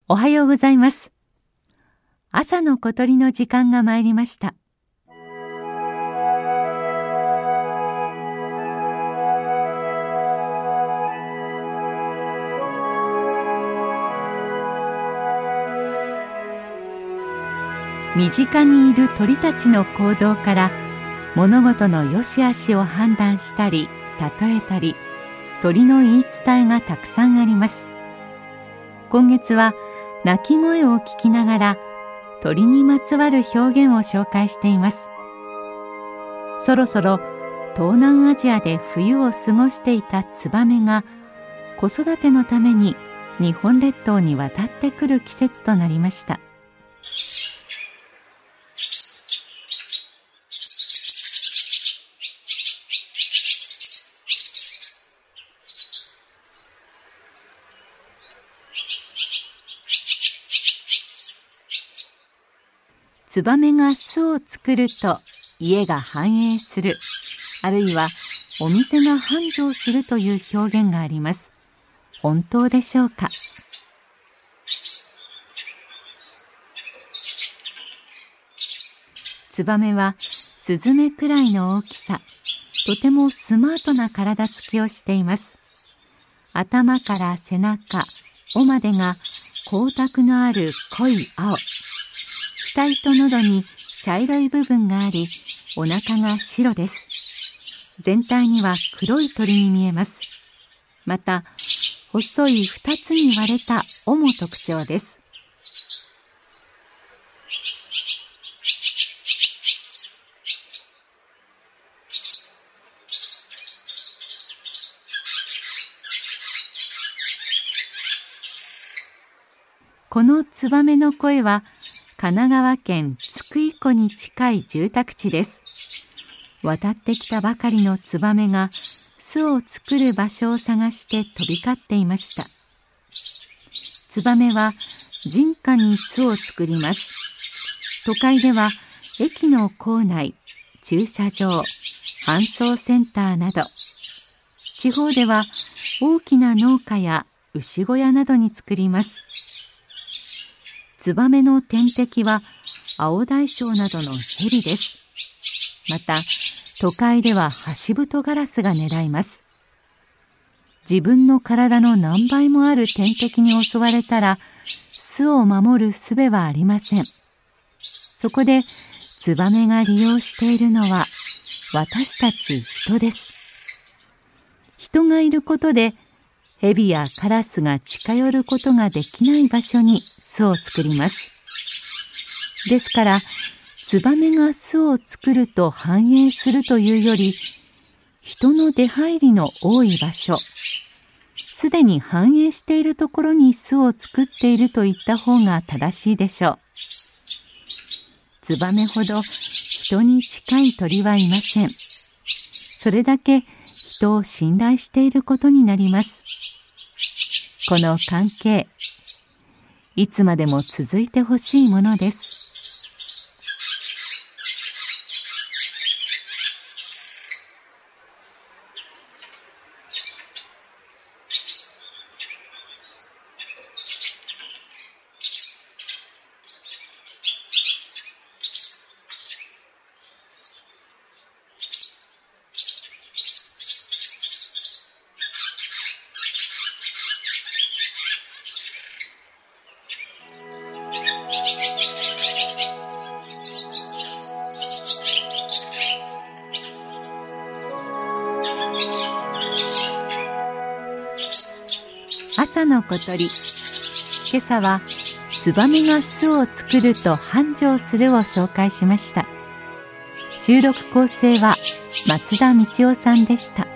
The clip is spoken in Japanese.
おはようございます。朝の小鳥の時間が参りました。身近にいる鳥たちの行動から物事の良し悪しを判断したり例えたり、鳥の言い伝えがたくさんあります。今月は鳴き声を聞きながら鳥にまつわる表現を紹介しています。そろそろ東南アジアで冬を過ごしていたツバメが子育てのために日本列島に渡ってくる季節となりました。ツバメが巣を作ると家が繁栄する、あるいはお店が繁盛するという表現があります。本当でしょうか。ツバメはスズメくらいの大きさ、とてもスマートな体つきをしています。頭から背中、尾までが光沢のある濃い青。額と喉に茶色い部分があり、お腹が白です。全体には黒い鳥に見えます。また、細い2つに割れた尾も特徴です。このツバメの声は、神奈川県津久井湖に近い住宅地です。渡ってきたばかりのツバメが巣を作る場所を探して飛び交っていました。ツバメは人家に巣を作ります。都会では駅の構内、駐車場、搬送センターなど、地方では大きな農家や牛小屋などに作ります。ツバメの天敵は青大将などのヘビです。また、都会ではハシブトガラスが狙います。自分の体の何倍もある天敵に襲われたら、巣を守る術はありません。そこで、ツバメが利用しているのは、私たち人です。人がいることで、ヘビやカラスが近寄ることができない場所に巣を作ります。ですから、ツバメが巣を作ると繁栄するというより、人の出入りの多い場所、すでに繁栄しているところに巣を作っていると言った方が正しいでしょう。ツバメほど人に近い鳥はいません。それだけ人を信頼していることになります。この関係、いつまでも続いてほしいものです。朝の小鳥。今朝はツバメが巣を作ると繁盛するを紹介しました。収録構成は松田道夫さんでした。